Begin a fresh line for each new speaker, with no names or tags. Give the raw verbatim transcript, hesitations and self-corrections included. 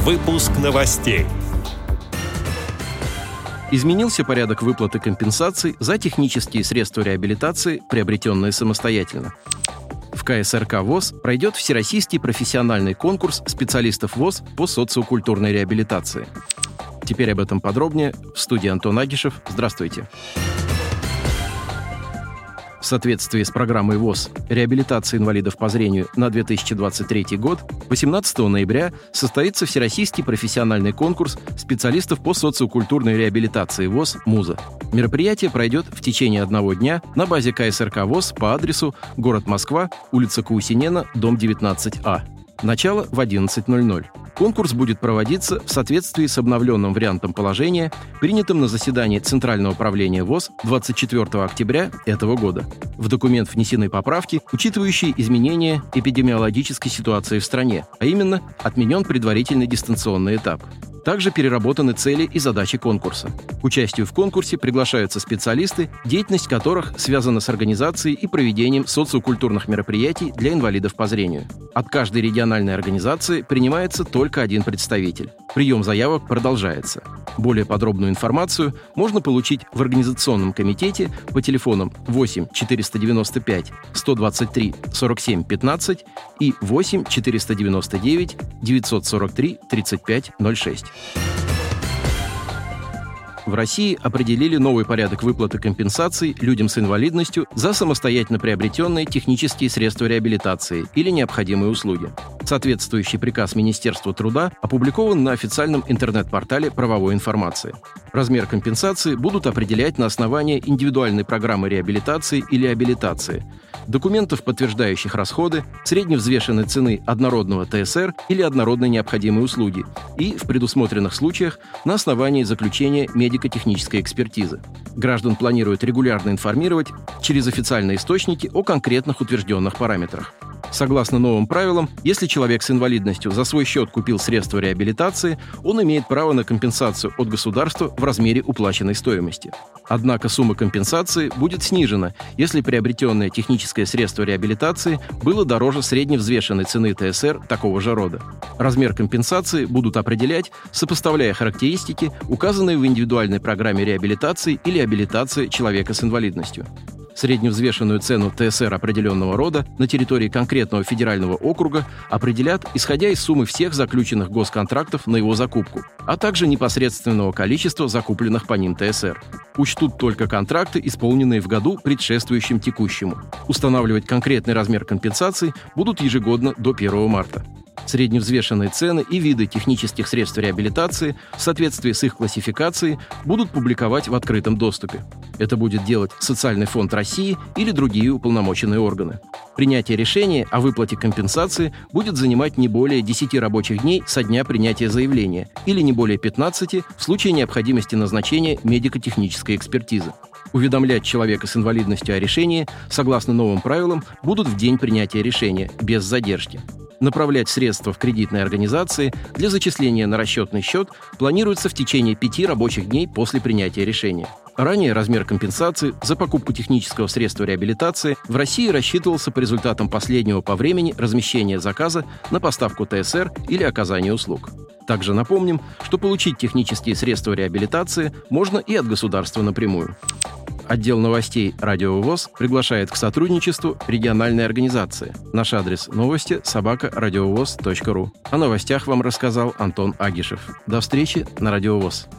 Выпуск новостей.
Изменился порядок выплаты компенсаций за технические средства реабилитации, приобретенные самостоятельно. В ка эс эр ка ВОС пройдет всероссийский профессиональный конкурс специалистов ВОС по социокультурной реабилитации. Теперь об этом подробнее. В студии Антон Агишев. Здравствуйте. В соответствии с программой ВОС «Реабилитация инвалидов по зрению» на две тысячи двадцать третий год восемнадцатого ноября состоится Всероссийский профессиональный конкурс специалистов по социокультурной реабилитации ВОС «Муза». Мероприятие пройдет в течение одного дня на базе ка эс эр ка ВОС по адресу город Москва, улица Каусинена, дом девятнадцать А. Начало в одиннадцать ноль ноль. Конкурс будет проводиться в соответствии с обновленным вариантом положения, принятым на заседании Центрального управления ВОС двадцать четвёртого октября этого года. В документ внесены поправки, учитывающие изменения эпидемиологической ситуации в стране, а именно отменен предварительный дистанционный этап. Также переработаны цели и задачи конкурса. К участию в конкурсе приглашаются специалисты, деятельность которых связана с организацией и проведением социокультурных мероприятий для инвалидов по зрению. От каждой региональной организации принимается только один представитель. Прием заявок продолжается. Более подробную информацию можно получить в организационном комитете по телефонам восемь четыреста девяносто пять сто двадцать три сорок семь пятнадцать и восемь четыреста девяносто девять девятьсот сорок три тридцать пять ноль шесть. В России определили новый порядок выплаты компенсаций людям с инвалидностью за самостоятельно приобретенные технические средства реабилитации или необходимые услуги. Соответствующий приказ Министерства труда опубликован на официальном интернет-портале правовой информации. Размер компенсации будут определять на основании индивидуальной программы реабилитации или абилитации, документов, подтверждающих расходы, средневзвешенной цены однородного тэ эс эр или однородной необходимой услуги и, в предусмотренных случаях, на основании заключения медико-технической экспертизы. Граждан планируют регулярно информировать через официальные источники о конкретных утвержденных параметрах. Согласно новым правилам, если человек с инвалидностью за свой счет купил средства реабилитации, он имеет право на компенсацию от государства в размере уплаченной стоимости. Однако сумма компенсации будет снижена, если приобретенное техническое средство реабилитации было дороже средневзвешенной цены тэ эс эр такого же рода. Размер компенсации будут определять, сопоставляя характеристики, указанные в индивидуальной программе реабилитации или абилитации человека с инвалидностью. Средневзвешенную цену тэ эс эр определенного рода на территории конкретного федерального округа определят, исходя из суммы всех заключенных госконтрактов на его закупку, а также непосредственного количества закупленных по ним тэ эс эр. Учтут только контракты, исполненные в году, предшествующем текущему. Устанавливать конкретный размер компенсаций будут ежегодно до первого марта. Средневзвешенные цены и виды технических средств реабилитации в соответствии с их классификацией будут публиковать в открытом доступе. Это будет делать Социальный фонд России или другие уполномоченные органы. Принятие решения о выплате компенсации будет занимать не более десяти рабочих дней со дня принятия заявления или не более пятнадцати в случае необходимости назначения медико-технической экспертизы. Уведомлять человека с инвалидностью о решении, согласно новым правилам, будут в день принятия решения, без задержки. Направлять средства в кредитные организации для зачисления на расчетный счет планируется в течение пяти рабочих дней после принятия решения. Ранее размер компенсации за покупку технического средства реабилитации в России рассчитывался по результатам последнего по времени размещения заказа на поставку тэ эс эр или оказание услуг. Также напомним, что получить технические средства реабилитации можно и от государства напрямую. Отдел новостей Радио ВОС приглашает к сотрудничеству региональной организации. Наш адрес новости собака радиовос точка ру. О новостях вам рассказал Антон Агишев. До встречи на Радио ВОС.